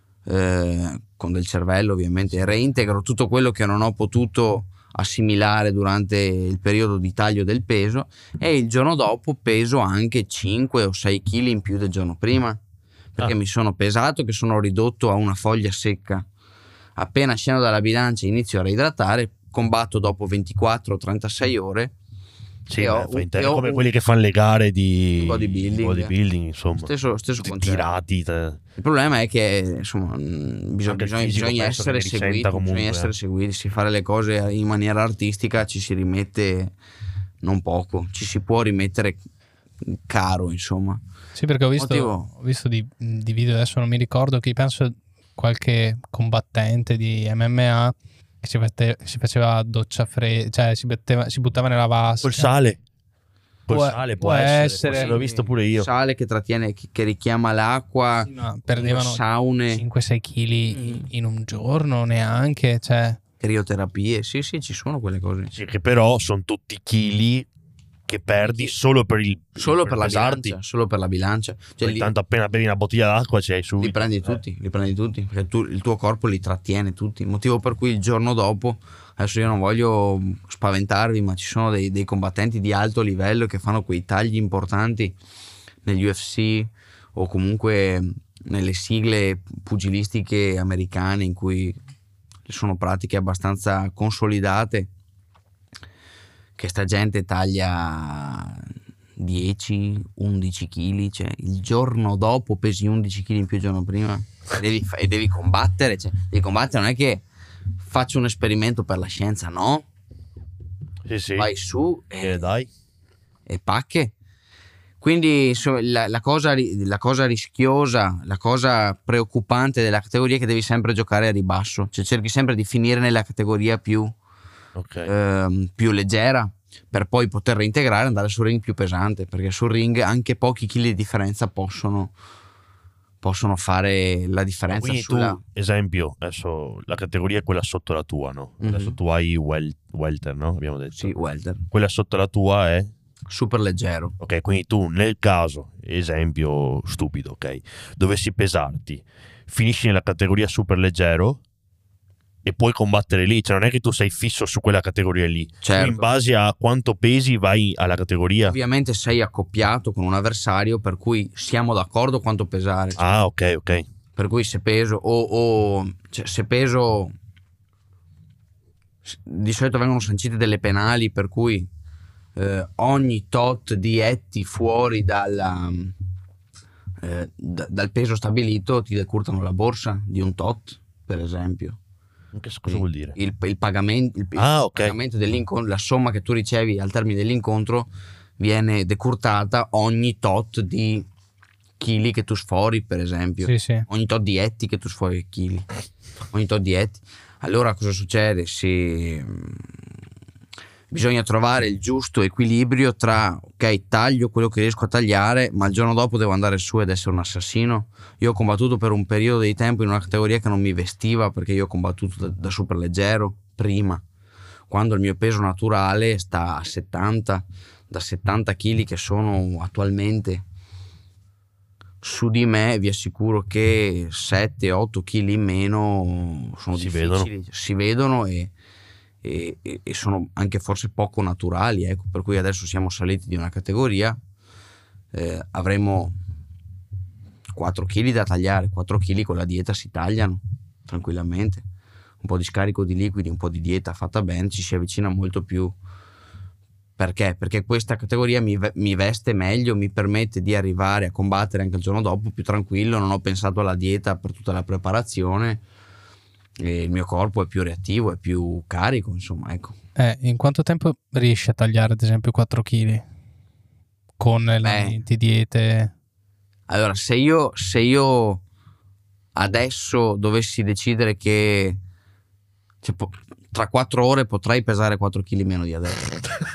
con del cervello ovviamente, reintegro tutto quello che non ho potuto assimilare durante il periodo di taglio del peso, e il giorno dopo peso anche 5 o 6 kg in più del giorno prima, perché mi sono pesato, che sono ridotto a una foglia secca. Appena scendo dalla bilancia inizio a reidratare, combatto dopo 24-36 ore. Sì, come quelli che fanno le gare di bodybuilding, insomma, stesso tirati. Il problema è che insomma bisogna essere seguiti, si fare le cose in maniera artistica, ci si rimette non poco, ci si può rimettere caro, insomma. Sì, perché ho visto di video, adesso non mi ricordo, che penso qualche combattente di MMA che si faceva doccia fredda, cioè si buttava nella vasca. Col sale. Può essere. L'ho visto pure io. Sale che trattiene, che richiama l'acqua. Sì, no, perdevano saune 5-6 kg in un giorno, neanche, cioè. Crioterapie, sì, ci sono quelle cose. Sì, che però sono tutti chili che perdi solo per la bilancia. Cioè, tanto appena bevi una bottiglia d'acqua c'hai subito. Li prendi tutti, perché il tuo corpo li trattiene tutti. Motivo per cui il giorno dopo, adesso io non voglio spaventarvi, ma ci sono dei combattenti di alto livello che fanno quei tagli importanti negli UFC o comunque nelle sigle pugilistiche americane, in cui sono pratiche abbastanza consolidate, che sta gente taglia 10-11 kg, cioè il giorno dopo pesi 11 kg in più il giorno prima e devi combattere, cioè devi combattere, non è che faccio un esperimento per la scienza, no? Sì. Vai su dai. E pacche. Quindi la cosa rischiosa, la cosa preoccupante della categoria è che devi sempre giocare a ribasso, cioè cerchi sempre di finire nella categoria più leggera per poi poter reintegrare e andare sul ring più pesante, perché sul ring anche pochi chili di differenza possono fare la differenza. Quindi tu, esempio, adesso la categoria è quella sotto la tua, no? Adesso tu hai welter, no? Abbiamo detto. Sì, welter. Quella sotto la tua è? Super leggero. Ok, quindi tu nel caso, esempio stupido, ok, dovessi pesarti, finisci nella categoria super leggero e puoi combattere lì, cioè non è che tu sei fisso su quella categoria lì, certo. In base a quanto pesi vai alla categoria. Ovviamente sei accoppiato con un avversario per cui siamo d'accordo quanto pesare. Ah, ok. Per cui se peso cioè se peso, di solito vengono sancite delle penali per cui ogni tot di etti fuori dal peso stabilito ti decurtano la borsa di un tot, per esempio. Cosa vuol dire? Il pagamento, pagamento dell'incontro, la somma che tu ricevi al termine dell'incontro viene decurtata ogni tot di chili che tu sfori, per esempio. Sì. Ogni tot di etti che tu sfori chili. Ogni tot di etti. Allora cosa succede? Bisogna trovare il giusto equilibrio tra taglio quello che riesco a tagliare, ma il giorno dopo devo andare su ed essere un assassino. Io ho combattuto per un periodo di tempo in una categoria che non mi vestiva, perché io ho combattuto da super leggero prima, quando il mio peso naturale sta a 70, da 70 kg che sono attualmente. Su di me vi assicuro che 7-8 kg in meno sono difficili, si vedono e sono anche forse poco naturali, ecco, per cui adesso siamo saliti di una categoria, avremo 4 kg da tagliare. 4 kg con la dieta si tagliano tranquillamente, un po' di scarico di liquidi, un po' di dieta fatta bene, ci si avvicina molto più. Perché questa categoria mi veste meglio, mi permette di arrivare a combattere anche il giorno dopo più tranquillo, non ho pensato alla dieta per tutta la preparazione e il mio corpo è più reattivo, è più carico, insomma, ecco. In quanto tempo riesci a tagliare ad esempio 4 kg con allenamenti, diete? Allora, se io adesso dovessi decidere che tra 4 ore potrei pesare 4 kg meno di adesso.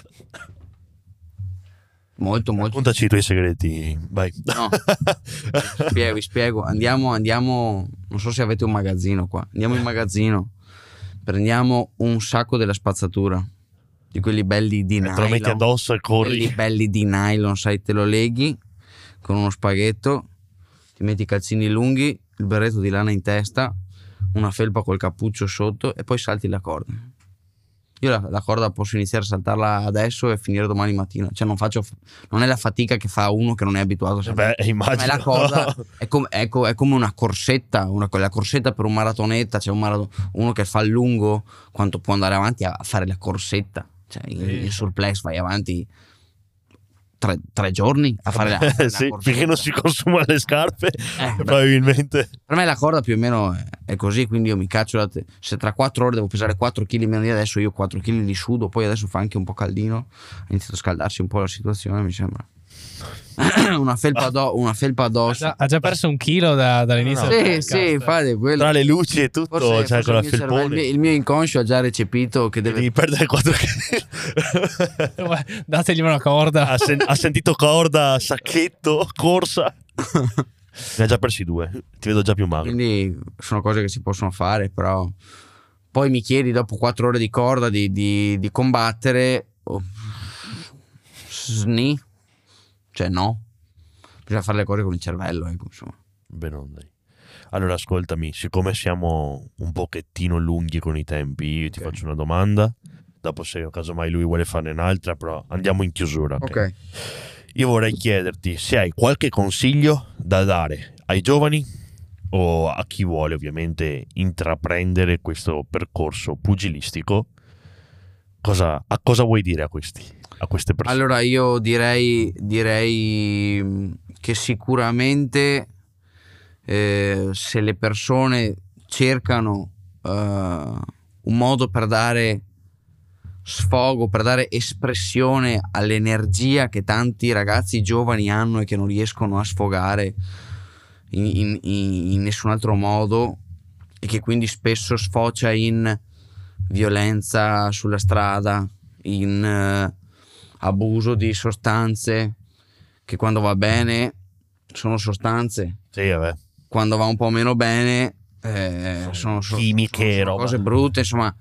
Molto. Raccontaci i tuoi segreti, vai. No, vi spiego. Andiamo, non so se avete un magazzino qua. Andiamo in magazzino, prendiamo un sacco della spazzatura, di quelli belli di nylon. Te lo metti addosso e corri. Quelli belli di nylon, sai, te lo leghi con uno spaghetto, ti metti i calzini lunghi, il berretto di lana in testa, una felpa col cappuccio sotto e poi salti la corda. Io la corda posso iniziare a saltarla adesso e finire domani mattina, cioè non è la fatica che fa uno che non è abituato a saltare. Immagino. La corda è come una corsetta, la corsetta per un maratoneta, c'è uno che fa il lungo, quanto può andare avanti a fare la corsetta, cioè il surplex vai avanti 3 giorni a fare la sì, corsetta. Perché non si consumano le scarpe probabilmente. Per me la corda più o meno è così, quindi io mi caccio se tra 4 ore devo pesare 4 kg meno di adesso, io 4 kg li sudo, poi adesso fa anche un po' caldino, ha iniziato a scaldarsi un po' la situazione, mi sembra. una felpa addosso. Ha già perso 1 chilo dall'inizio. Sì, infatti quello. Tra le luci e tutto, forse con la felpone. Il mio inconscio ha già recepito che devi perdere 4 kg. Dategli una corda. Ha sentito corda, sacchetto, corsa. Ne ha già persi 2. Ti vedo già più magro. Quindi sono cose che si possono fare, però poi mi chiedi dopo 4 ore di corda di combattere. Cioè no, bisogna fare le cose con il cervello, ecco, insomma. Bene, dai. Allora ascoltami, siccome siamo un pochettino lunghi con i tempi, io ti faccio una domanda, dopo se casomai lui vuole farne un'altra, però andiamo in chiusura. Ok. Io vorrei chiederti se hai qualche consiglio da dare ai giovani o a chi vuole ovviamente intraprendere questo percorso pugilistico. A cosa vuoi dire a queste persone? Allora io direi che sicuramente se le persone cercano un modo per dare sfogo, per dare espressione all'energia che tanti ragazzi giovani hanno e che non riescono a sfogare in nessun altro modo, e che quindi spesso sfocia in violenza sulla strada, in abuso di sostanze che quando va bene sono sostanze, sì, vabbè, quando va un po' meno bene sono chimiche, sono cose brutte, insomma.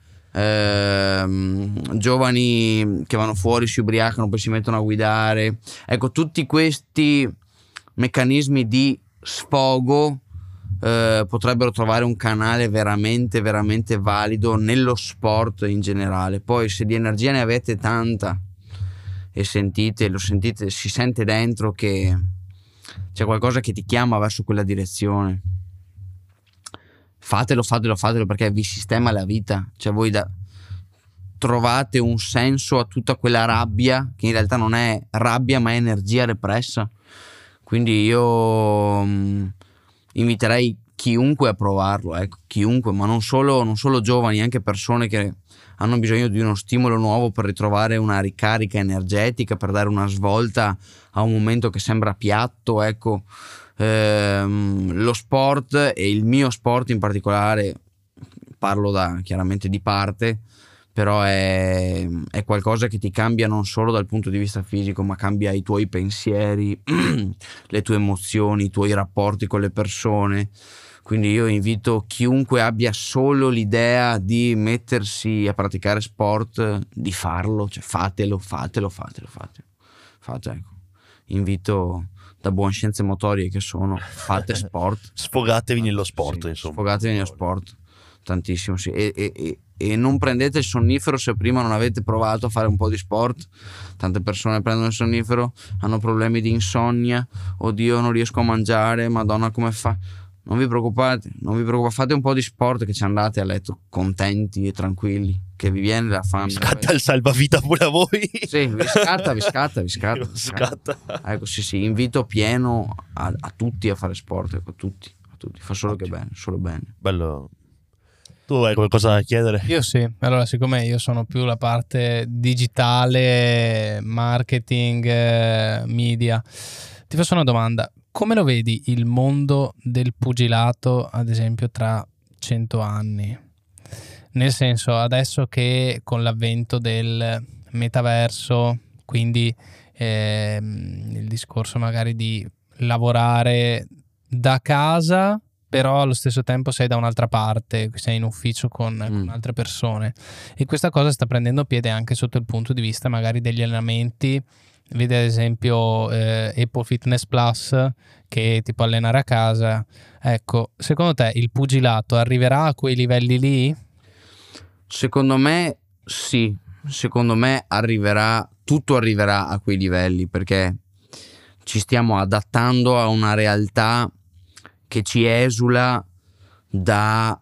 Giovani che vanno fuori, si ubriacano, poi si mettono a guidare. Ecco, tutti questi meccanismi di sfogo potrebbero trovare un canale veramente veramente valido nello sport in generale. Poi se di energia ne avete tanta e lo sentite, si sente dentro che c'è qualcosa che ti chiama verso quella direzione, fatelo, perché vi sistema la vita. Cioè voi trovate un senso a tutta quella rabbia che in realtà non è rabbia ma è energia repressa. Quindi io inviterei chiunque a provarlo, ecco, chiunque, ma non solo giovani, anche persone che hanno bisogno di uno stimolo nuovo per ritrovare una ricarica energetica, per dare una svolta a un momento che sembra piatto, ecco. Lo sport, e il mio sport in particolare, parlo chiaramente di parte, però è qualcosa che ti cambia non solo dal punto di vista fisico, ma cambia i tuoi pensieri, le tue emozioni, i tuoi rapporti con le persone. Quindi io invito chiunque abbia solo l'idea di mettersi a praticare sport di farlo, cioè fatelo, ecco. Invito, da buone scienze motorie che sono, fate sport. Sfogatevi nello sport, sì, insomma. Sfogatevi nello sport, tantissimo, sì. E non prendete il sonnifero se prima non avete provato a fare un po' di sport. Tante persone prendono il sonnifero, hanno problemi di insonnia, oddio non riesco a mangiare, madonna come fa. Non vi preoccupate, fate un po' di sport che ci andate a letto contenti e tranquilli, che vi viene la fame. Scatta il salvavita pure a voi. Sì, vi scatta. Ecco, sì, invito pieno a tutti a fare sport, ecco, a tutti. Fa solo che bene, solo bene. Bello. Tu hai qualcosa da chiedere? Io sì, allora siccome io sono più la parte digitale, marketing, media, ti faccio una domanda. Come lo vedi il mondo del pugilato, ad esempio, tra 100 anni? Nel senso, adesso che con l'avvento del metaverso, quindi il discorso magari di lavorare da casa, però allo stesso tempo sei da un'altra parte, sei in ufficio con altre persone, e questa cosa sta prendendo piede anche sotto il punto di vista magari degli allenamenti. Vedi ad esempio Apple Fitness Plus, che ti può allenare a casa. Ecco, secondo te il pugilato arriverà a quei livelli lì? Secondo me sì, secondo me tutto arriverà a quei livelli, perché ci stiamo adattando a una realtà che ci esula dal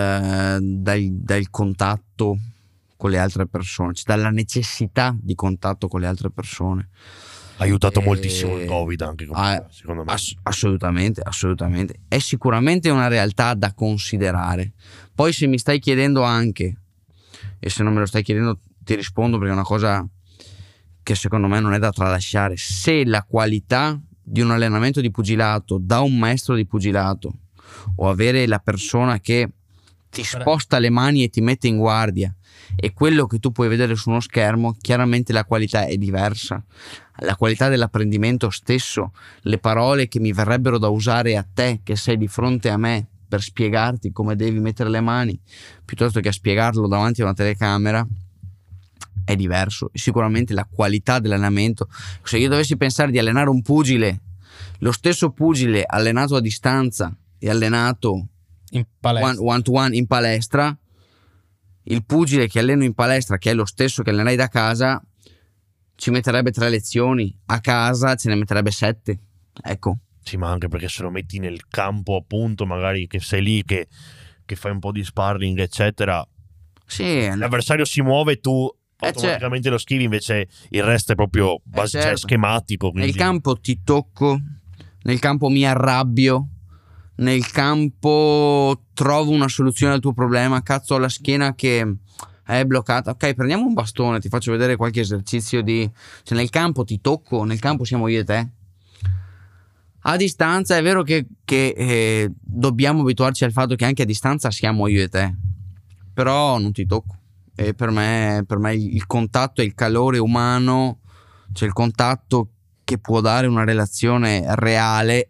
contatto con le altre persone, cioè dalla necessità di contatto con le altre persone. Ha aiutato moltissimo il Covid anche, secondo me. Assolutamente. È sicuramente una realtà da considerare. Poi se mi stai chiedendo anche, e se non me lo stai chiedendo ti rispondo perché è una cosa che secondo me non è da tralasciare, se la qualità di un allenamento di pugilato da un maestro di pugilato, o avere la persona che ti sposta le mani e ti mette in guardia, e quello che tu puoi vedere su uno schermo, chiaramente la qualità è diversa. La qualità dell'apprendimento stesso, le parole che mi verrebbero da usare a te che sei di fronte a me per spiegarti come devi mettere le mani, piuttosto che a spiegarlo davanti a una telecamera, è diverso. Sicuramente la qualità dell'allenamento, se io dovessi pensare di allenare un pugile, lo stesso pugile allenato a distanza e allenato in palestra, one to one in palestra, il pugile che alleno in palestra, che è lo stesso che allenai da casa, ci metterebbe 3 lezioni, a casa ce ne metterebbe 7, ecco. Sì, ma anche perché se lo metti nel campo, appunto, magari che sei lì, che fai un po' di sparring, eccetera, sì, l'avversario si muove, tu automaticamente lo schivi, invece il resto è proprio cioè, schematico. Quindi. Nel campo ti tocco, nel campo mi arrabbio, nel campo trovo una soluzione al tuo problema, cazzo, ho la schiena che è bloccata, ok, prendiamo un bastone, ti faccio vedere qualche esercizio cioè nel campo ti tocco, nel campo siamo io e te. A distanza è vero che dobbiamo abituarci al fatto che anche a distanza siamo io e te, però non ti tocco. E per me il contatto e il calore umano, cioè il contatto che può dare una relazione reale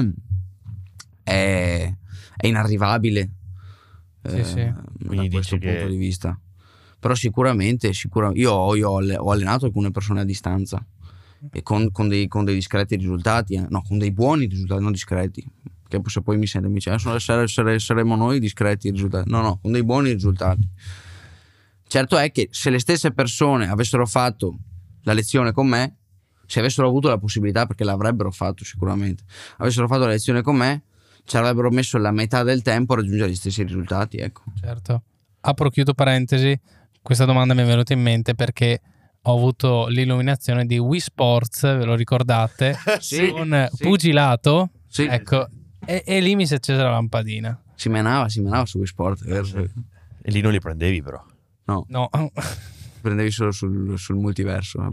è inarrivabile. Sì. Da questo punto di vista. Però sicuramente io ho allenato alcune persone a distanza e con dei discreti risultati, no, con dei buoni risultati, non discreti, che se poi mi sente mi dice saremo noi discreti risultati, no, con dei buoni risultati. Certo è che se le stesse persone avessero fatto la lezione con me, se avessero avuto la possibilità, perché l'avrebbero fatto sicuramente, avessero fatto la lezione con me, ci avrebbero messo la metà del tempo a raggiungere gli stessi risultati, ecco. Certo. Apro, chiudo parentesi, questa domanda mi è venuta in mente perché ho avuto l'illuminazione di Wii Sports, ve lo ricordate? Sì, con sì. pugilato, Sì. ecco, e lì mi si è accesa la lampadina. Si menava su Wii Sport, vero? E lì non li prendevi però. No. Prendevi solo sul multiverso.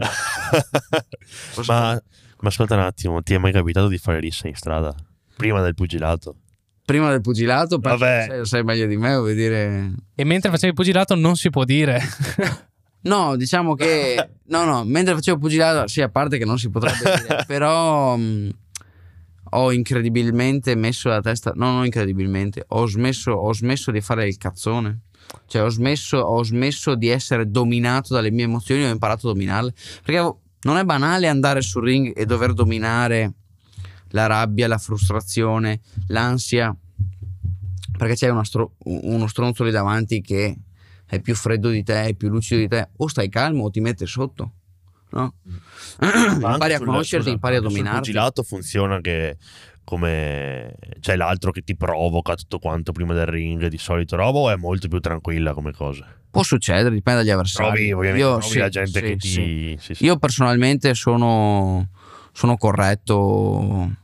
Ma ascolta un attimo, ti è mai capitato di fare rissa in strada? Prima del pugilato? Prima del pugilato, Vabbè. sai meglio di me, vuol dire. E mentre facevi pugilato non si può dire. No, diciamo che no, mentre facevo pugilato, sì, a parte che non si potrebbe dire, però ho incredibilmente messo la testa, no, non incredibilmente, ho smesso di fare il cazzone. Cioè ho smesso di essere dominato dalle mie emozioni, ho imparato a dominarle, perché non è banale andare sul ring e dover dominare la rabbia, la frustrazione, l'ansia, perché c'è uno stronzo lì davanti che è più freddo di te, è più lucido di te, o stai calmo o ti mette sotto, no? Impari a conoscerti, impari a dominarti. Il pugilato funziona che come c'è l'altro che ti provoca tutto quanto prima del ring di solito roba, o è molto più tranquilla come cosa? Può succedere, dipende dagli avversari. Trovi la gente che ti... Sì. Io personalmente sono corretto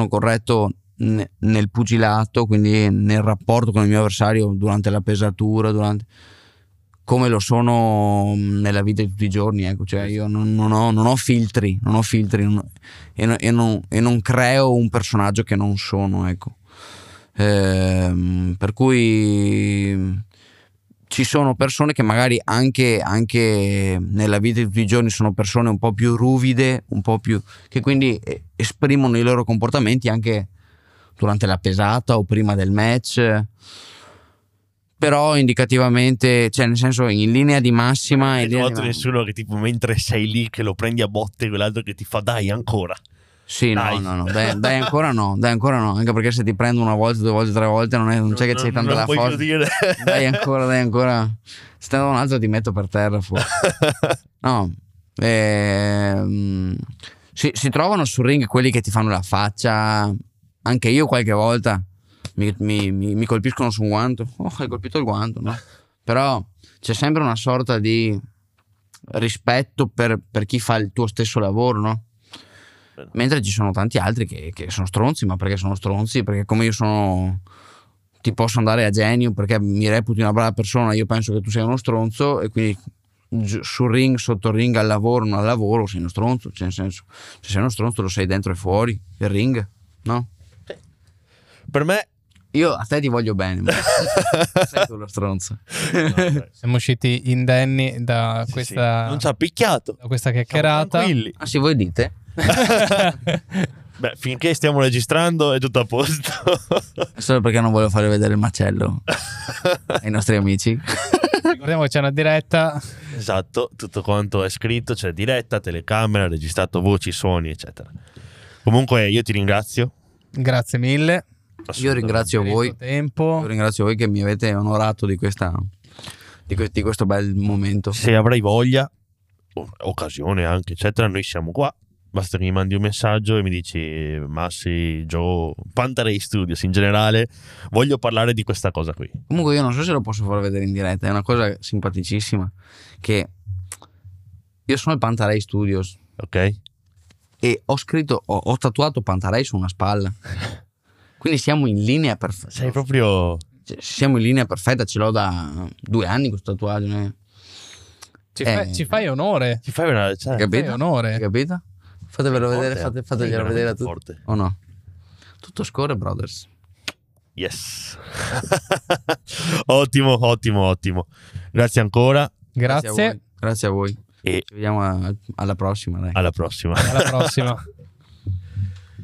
nel pugilato, quindi nel rapporto con il mio avversario durante la pesatura, come lo sono nella vita di tutti i giorni, ecco. Cioè io non ho filtri e non creo un personaggio che non sono, ecco. Per cui ci sono persone che magari anche nella vita di tutti i giorni sono persone un po' più ruvide, un po' più, che quindi esprimono i loro comportamenti anche durante la pesata o prima del match, però indicativamente, cioè nel senso in linea di massima. Non hai trovato nessuno che tipo mentre sei lì che lo prendi a botte, quell'altro che ti fa dai ancora? Sì, dai. No, dai ancora no, anche perché se ti prendo una volta, 2 volte, 3 volte non c'è che c'hai tanta la forza. Dire. Dai ancora. Se te ne do un altro ti metto per terra fuori. No, si trovano sul ring quelli che ti fanno la faccia. Anche io qualche volta mi colpiscono su un guanto. Oh, hai colpito il guanto, no? Però c'è sempre una sorta di rispetto per chi fa il tuo stesso lavoro, no? Mentre ci sono tanti altri che sono stronzi, ma perché sono stronzi? Perché come io ti posso andare a genio perché mi reputi una brava persona, io penso che tu sei uno stronzo, e quindi sul ring, sotto il ring, al lavoro, non al lavoro, sei uno stronzo. Cioè, nel senso, se sei uno stronzo lo sei dentro e fuori il ring, no? Per me io a te ti voglio bene, ma sei tu lo stronzo. no, siamo usciti indenni da questa, sì. Non ci ha picchiato, da questa chiacchierata. Ah sì, voi dite? Beh, finché stiamo registrando è tutto a posto. Solo perché non voglio fare vedere il macello ai nostri amici. Ricordiamo che c'è una diretta. Esatto, tutto quanto è scritto, c'è diretta, telecamera, registrato voci, suoni, eccetera. Comunque io ti ringrazio. Grazie mille. Io ringrazio voi. Tempo. Io ringrazio voi che mi avete onorato di questo bel momento. Se avrai voglia, occasione anche, eccetera, noi siamo qua. Basta che mi mandi un messaggio e mi dici: Massi, Joe, Pantarei Studios in generale, voglio parlare di questa cosa qui. Comunque io non so se lo posso far vedere in diretta, è una cosa simpaticissima, che io sono il Pantarei Studios, ok? E ho tatuato Pantarei su una spalla, quindi siamo in linea perfetta. Sei proprio... Siamo in linea perfetta, ce l'ho da 2 anni questo tatuaggio, Ci fai onore. Ti fai una... Ci fai Capito? onore. Capito? Fatevelo Forte, vedere, fateglielo vedere a tutti. forte. O no? Tutto scorre, brothers. Yes. Ottimo. Grazie ancora. Grazie. Grazie a voi. E Ci vediamo alla prossima. Dai. alla prossima. Alla prossima.